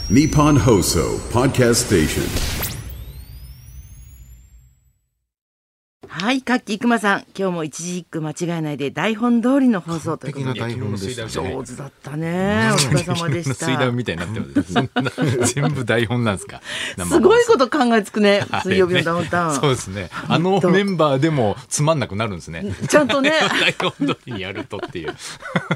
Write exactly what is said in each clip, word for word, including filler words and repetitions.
Nippon Hoso Podcast Station。 はい、カッキーくまさん、今日も一字一句間違えないで台本通りの放送ということで、 台本でした上手だったね。お疲れ様でした。 水道みたいになってます。そんな全部台本なんですか。 すごいこと考えつくね。水曜日のダウンタウン。 そうですね。あのメンバーでもつまんなくなるんですね。 ちゃんとね。 台本通りにやるとっていう。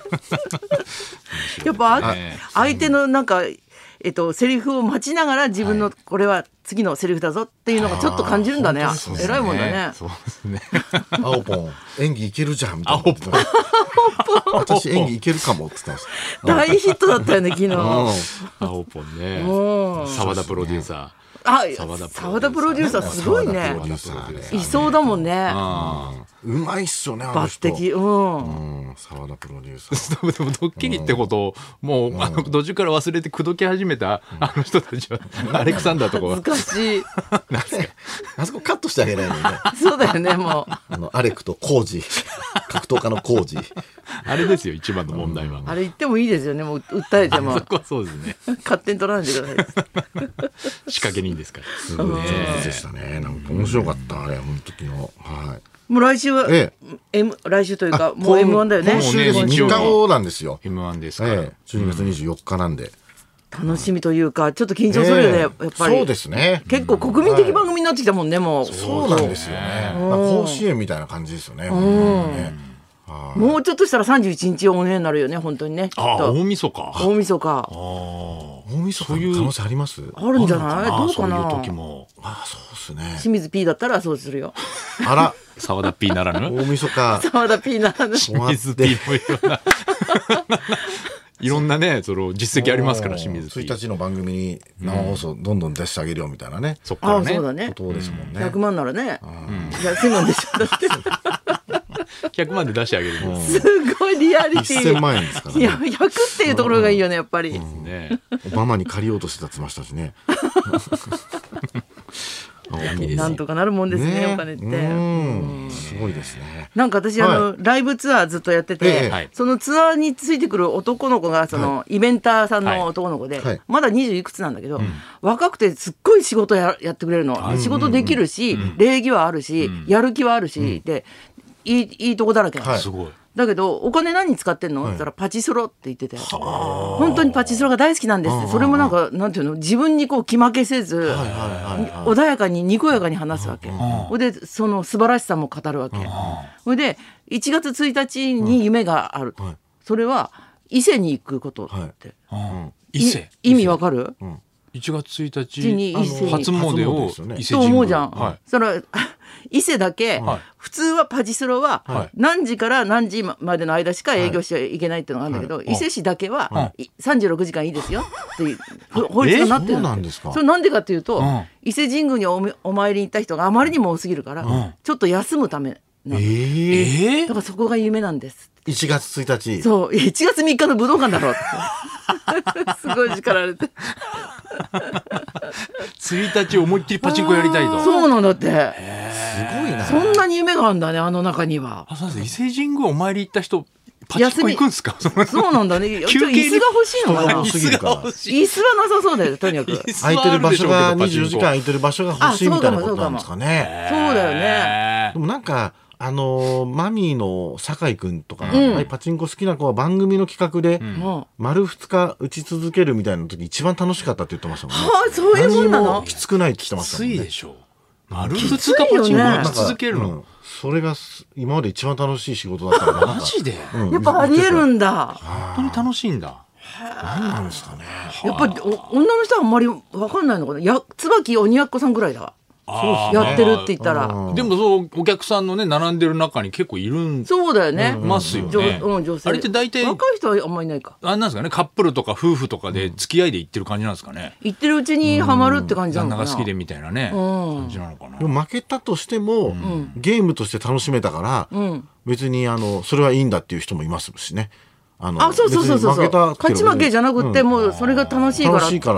やっぱ相手のなんか。えっと、セリフを待ちながら自分のこれは次のセリフだぞっていうのがちょっと感じるんだね。偉いもんだね。 そうですね。 青ポン演技いけるじゃんみたいな。青ポン私演技いけるかもって言ってました。 大ヒットだったよね昨日。 青ポンね。澤田プロデューサー。 あ、澤田プロデューサーすごいね。いそうだもんね。 うまいっすよねあの人。 抜擢。うん。 澤田プロデューサー。 でもドッキリってことをもうあの途中から忘れて口説き始めたあの人たちはアレクサンダーとかは難しい。 あそこカットしてあげないのね。 そうだよねもう。 あのアレクとコージ格闘家のコージ。 あれですよ一番の問題は。 あれ言ってもいいですよねもう訴えても。 そこはそうですね。 勝手に取らないでください。仕掛け人ですから。 すごいでしたね。なんか面白かったあれ本当のはい。 もう来週は、ええ M、来週というかもう エムワン だよね。 今週です。みっかごなんですよ。 エムワン ですから、 ええ、じゅうにがつにじゅうよっかなんで、 楽しみというかちょっと緊張するよね、ええ、やっぱり。 そうですね。 結構国民的番組になってきたもんねもう。 そうなんですよね。甲子園みたいな感じですよね。ねもうちょっとしたらさんじゅういちにちオンエアになるよね本当にね。 ああ大晦日。 大晦日。 あ大晦日の可能性あります？ あるんじゃない？どうかな。 そういう時も。 あそうですね。 清水 P だったらそうするよ。 あら。 澤田 P ならぬ大晦日澤田 P ならぬ清水 P もいろんないろんなねその実績ありますから清水 P ついたちの番組に生放送どんどん出してあげるよみたいなね、 そっからねそうだねことですもんね。 ひゃくまんならね安いもんでしょだってひゃくまんで出してあげるのすごいリアリティせんまんえんですからね。 いやひゃくっていうところがいいよねやっぱりね。 オバマに借りようとしてたってましたしね。 なんとかなるもんですね、お金って。 うんすごいですね。 なんか私あの、はい、ライブツアーずっとやってて、ええ、そのツアーについてくる男の子がその、はい、イベンターさんの男の子で、はい、まだにじゅういくつなんだけど、うん、若くてすっごい仕事 や, やってくれるの、うん、仕事できるし、うん、礼儀はあるし、うん、やる気はあるし、うん、でい い, いいとこだらけなの、はい、すごい。だけどお金何に使ってんの、はい、って言ったらパチスロって言ってて、本当にパチスロが大好きなんですって。それもなんかなんていうの自分にこう気負けせず、はいはいはいはい、穏やかににこやかに話すわけ。ほでその素晴らしさも語るわけ。ほでいちがつついたちに夢がある、はい、それは伊勢に行くことって、 はい、伊勢意味わかる？ うん、いちがつついたちに初詣を伊勢神宮と思うじゃん、はい、それ伊勢だけ、はい、普通はパチスロは何時から何時までの間しか営業しちゃいけないっていうのがあるんだけど、はい、伊勢市だけは、はい、さんじゅうろくじかんいいですよっていう法律になってるんだって。それなんでかっていうと、うん、伊勢神宮に お, お参りに行った人があまりにも多すぎるから、うん、ちょっと休むためなの、えー、だからそこが夢なんですいちがつついたち。 そういちがつみっかの武道館だろうってすごい叱られてついたち思いっきりパチンコやりたいと。 そうなんだって。 すごいな。 そんなに夢があるんだねあの中には。 あそうです。伊勢神宮お参り行った人パチンコ行くんですか？ そうなんだね。休憩椅子が欲しいのかな。 椅子が欲しい。 椅子はなさそうだよとにかく。 空いてる場所がにじゅうよじかん空いてる場所が欲しいみたいなことなんですかね。 そうだよね。 でもなんかあのー、マミーの酒井くんとか、うん、パチンコ好きな子は番組の企画で、うん、丸ふつか打ち続けるみたいな時一番楽しかったって言ってましたもんね。 はあ、そういうもんなの？ 何もきつくないって言ってましたもんね。 きついでしょ。丸ふつかパチンコ打ち続けるの、 うん、それが今まで一番楽しい仕事だったからマジで、 うん、やっぱありえるんだ。 本当に楽しいんだ。 何なんですかね。 やっぱり女の人はあんまり分かんないのかな。や椿鬼奴さんぐらいだわ。そうやってるって言ったら。 でもそうお客さんのね並んでる中に結構いるんそうだよね、 ますよね、 うん、女性あれって大体若い人はあんまりいないか。 あれなんですかねカップルとか夫婦とかで付き合いで行ってる感じなんですかね。 行ってるうちにハマるって感じなのかな。 旦那が好きでみたいなね、うん、感じなのかな。 でも負けたとしても、うん、ゲームとして楽しめたから、うん、別にあのそれはいいんだっていう人もいますしね。 あのあそうそうそうそうそう勝ち負けじゃなくて、うん、もうそれが楽しいから楽しいから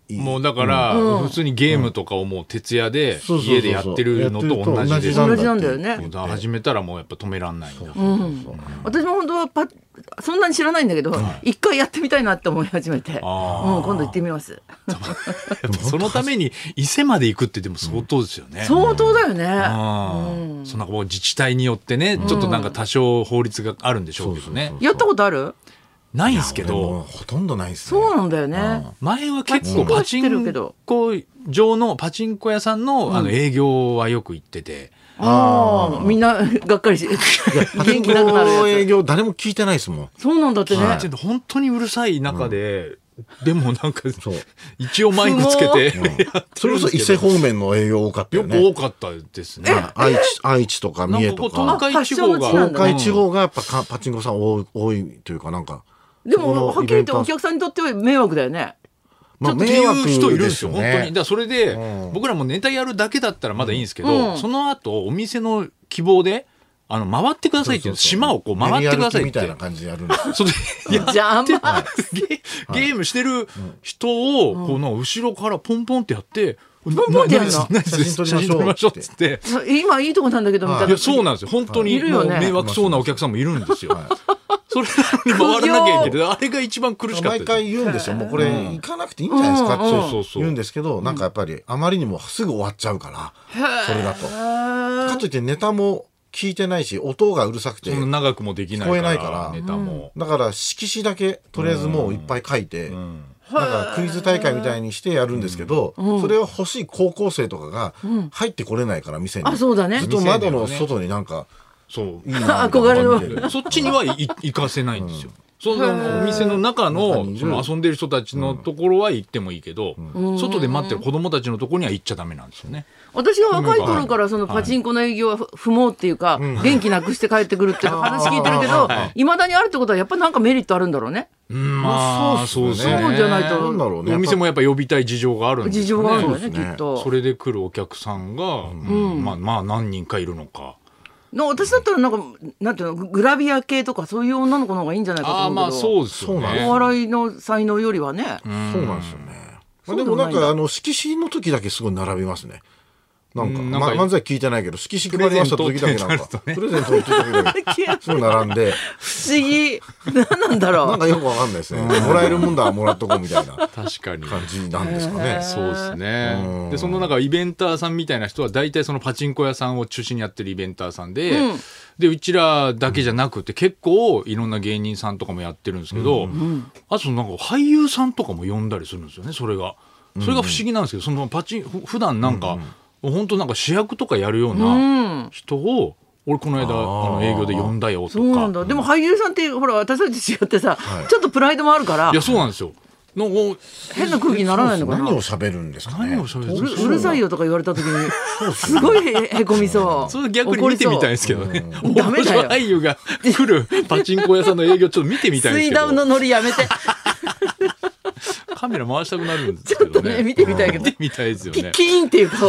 もうだから、うん、普通にゲームとかをもう徹夜で家でやってるのと同じで同じなんだよね。 始めたらもうやっぱ止めらんないんだ。 私も本当はパそんなに知らないんだけど、一、はい、回やってみたいなって思い始めて、うん、今度行ってみます。 そのために伊勢まで行くってでも相当ですよね。 うん、相当だよね。 うん、その自治体によってね、ちょっとなんか多少法律があるんでしょうけどね。 やったことある？ ないんですけど、 ほとんどないですね。そうなんだよね。 前は結構パチンコ場のパチンコ屋さんのあの営業はよく行ってて、 ああみんながっかりし元気なくなるやつ。 営業誰も聞いてないですもん。 そうなんだってね。 本当にうるさい中で。でもなんか一応マイクつけてそれこそ伊勢方面の営業多かったよね。 よく多かったですね。 愛知愛知とか三重とか東海地方が東海地方がやっぱパチンコさん多いというかなんか。 でもはっきり言ってお客さんにとっては迷惑だよね。 ちょっとっていう人いるんですよ本当に。だからそれで僕らもネタやるだけだったらまだいいんですけど、その後お店の希望であの回ってくださいっていう島をこう回ってくださいってみたいな感じでやるんです。それでやってゲームしてる人をこの後ろからポンポンってやってポンポンってやるの？ 写真撮りましょうってって今いいとこなんだけどみたいな。 そうなんですよ本当に迷惑そうなお客さんもいるんですよ。それなのに回らなきゃいけない。あれが一番苦しかった。毎回言うんですよ。もうこれ行かなくていいんじゃないですかって言うんですけど、なんかやっぱりあまりにもすぐ終わっちゃうから、それだと。かといってネタも聞いてないし、音がうるさくて長くもできないから、聞こえないからネタも。 だから色紙だけとりあえずもういっぱい書いて、なんかクイズ大会みたいにしてやるんですけど、それを欲しい高校生とかが入ってこれないから店に。 あ、そうだね。 ずっと窓の外になんか。 そういいな憧れのそっちには行かせないんですよ。そのお店の中のその遊んでる人たちのところは行ってもいいけど、外で待ってる子供たちのところには行っちゃダメなんですよね。 私が若い頃からそのパチンコの営業は不毛っていうか、元気なくして帰ってくるっていう話聞いてるけど、いまだにあるってことはやっぱなんかメリットあるんだろうね。 うん、まあそうですね。 そうじゃないとお店もやっぱ呼びたい事情があるんですよね。 事情があるんだよねきっと。 それで来るお客さんがまあまあ何人かいるのか。 私だったらなんかなんていうのグラビア系とかそういう女の子の方がいいんじゃないかと思うけど。ああまあそうですよね。お笑いの才能よりはね。 そうなんですよね。でもなんかあの色紙の時だけすごい並びますね。なんか漫才聞いてないけど色紙配りました時だけなんかプレゼントの時だけすごい並んで不思議何なんだろう。 なんかよくわかんないですね。もらえるもんだもらっとこうみたいな確かに感じなんですかね。 そうですね。でそのなんかイベンターさんみたいな人は大体そのパチンコ屋さんを中心にやってるイベンターさんで、でうちらだけじゃなくて結構いろんな芸人さんとかもやってるんですけど、あとなんか俳優さんとかも呼んだりするんですよね。それがそれが不思議なんですけど、そのパチン普段なんか本当なんか主役とかやるような人を俺この間あの営業で呼んだよとか。 そうなんだ。でも俳優さんってほら私たち違ってさ、ちょっとプライドもあるから。 いやそうなんですよ。の変な空気にならないのかな。 何を喋るんですかね。 何を喋る。 うるさいよとか言われた時にすごいへこみそう。 それ逆に見てみたいですけどね。 ダメだよ。 俳優が来るパチンコ屋さんの営業ちょっと見てみたいですけど。 水ダウンのノリやめて。 カメラ回したくなるんですけどね。 ちょっとね見てみたいけど。 見てみたいですよね。 キーンっていう顔。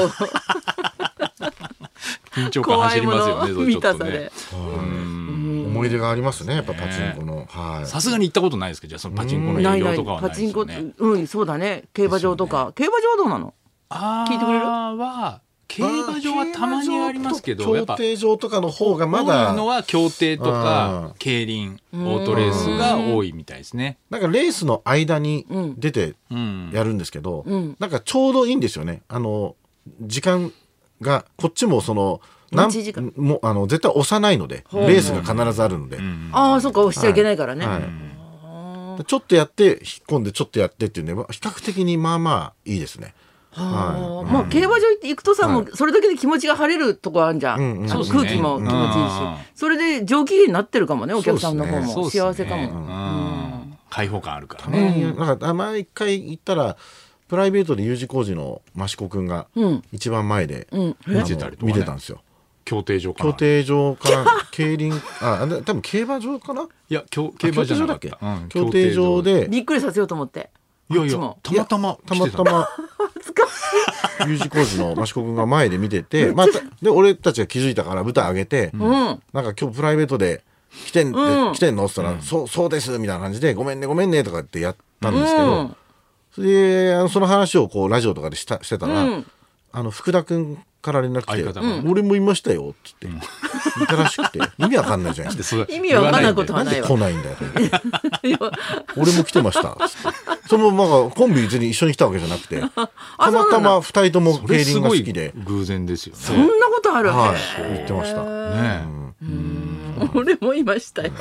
緊張感走りますよね。 そうちょっとね。 思い出がありますねやっぱパチンコの。 さすがに行ったことないですけど、じゃあそのパチンコの営業とかはないですよね。 パチンコうんそうだね。競馬場とか競馬場はどうなの？聞いてくれる？ は競馬場はたまにありますけど、 競艇場とかの方がまだ多いのは競艇とか競輪オートレースが多いみたいですね。 なんかレースの間に出てやるんですけど、なんかちょうどいいんですよね。あの時間がこっちもその何もあの絶対押さないのでレースが必ずあるので、 ああそうか押しちゃいけないからね。 ちょっとやって引っ込んでちょっとやってっていうね比較的にまあまあいいですね。 はあ、まあ競馬場行くとさ、もうそれだけで気持ちが晴れるとこあるじゃん、空気も気持ちいいし、それで上機嫌になってるかもね、お客さんの方も幸せかも。 開放感あるからね。 なんか前一回行ったらプライベートで U 字工事の益子くんが一番前で見てたりとか見てたんですよ。 競艇場かな。 競艇場かな。競輪あ多分競馬場かな。 いや競馬じゃなかった。 競艇場でびっくりさせようと思って。 いやいやたまたまたまたま U 字工事の益子君が前で見てて、またで俺たちが気づいたから舞台上げて、なんか今日プライベートで来てん来てんのって言ったら、そうそうですみたいな感じでごめんねごめんねとかってやったんですけど、 それであのその話をこうラジオとかでしたしてたら、うん、あの福田君から連絡来て、うん、俺もいましたよっつって、うん、いたらしくて意味わかんないじゃないですか。 意味わかんないことはないわ。 なんで来ないんだよ俺も来てましたっつってそのまあコンビ別に一緒に来たわけじゃなくてたまたまふたりとも競輪が好きで偶然ですよね。 そんなことあるわけ、 はい、言ってましたね。 うん、俺もいましたよ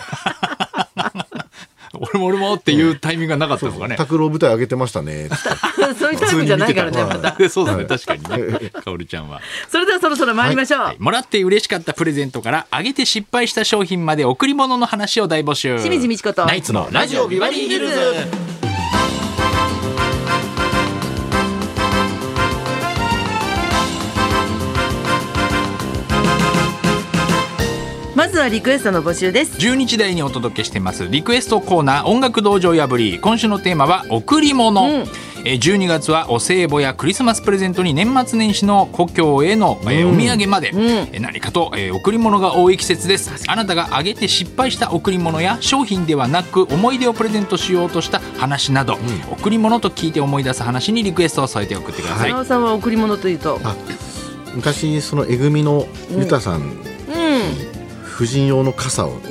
俺も俺もっていうタイミングがなかったのかね。 拓郎舞台上げてましたねそういうタイプじゃないからねまたそうですね、確かにねかおりちゃんは。 それではそろそろ参りましょう、はいはい、 もらって嬉しかったプレゼントからあげて失敗した商品まで贈り物の話を大募集。 清水美智子とナイツのラジオビバリーヒルズ。 まずはリクエストの募集です。 じゅうにじ台にお届けしてますリクエストコーナー音楽道場破り。今週のテーマは贈り物、うん、えじゅうにがつはお歳暮やクリスマスプレゼントに年末年始の故郷への、うん、えお土産まで、うん、え何かと、え贈り物が多い季節です。あなたがあげて失敗した贈り物や商品ではなく思い出をプレゼントしようとした話など、うん、贈り物と聞いて思い出す話にリクエストを添えて送ってください。 長尾さんは贈り物というと昔そのえぐみのゆたさん、うんうん婦人用の傘を送って、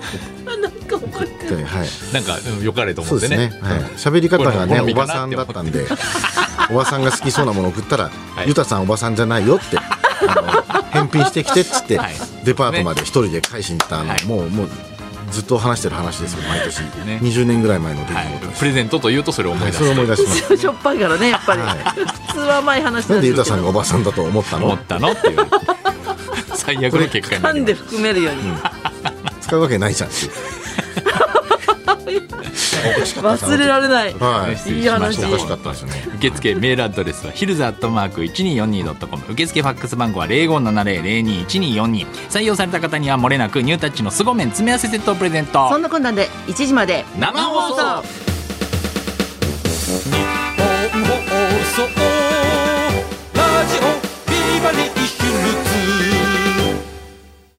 はい、なんかよかれと思ってね。 喋、はい、り方がねおばさんだったんでおばさんが好きそうなものを送ったら、はい、ゆたさんおばさんじゃないよってあの返品してきてっつって、はい、デパートまで一人で返しに行ったあの、はい、もうもうずっと話してる話ですよ毎年、ね、にじゅうねんぐらい前の出来事です、 はい、プレゼントというとそれを思い出す、 はい、それを思い出しますしょっぱいからねやっぱり、はい、普通は甘い話なんですけどなんでゆたさんがおばさんだと思ったの思ったのっていう最悪の結果になります。 噛んで含めるように、うん、 使うわけないじゃん忘れられない、 はい、 いい話おかしかったですね。 受付メールアドレスはヒルズアットマーク いちにーよんにードットコム 受付ファックス番号は ゼロごーななゼロゼロにーいちにーよんにー。 採用された方にはもれなくニュータッチのスゴメン詰め合わせセットをプレゼント。 そんなこんなんでいちじまで生放送。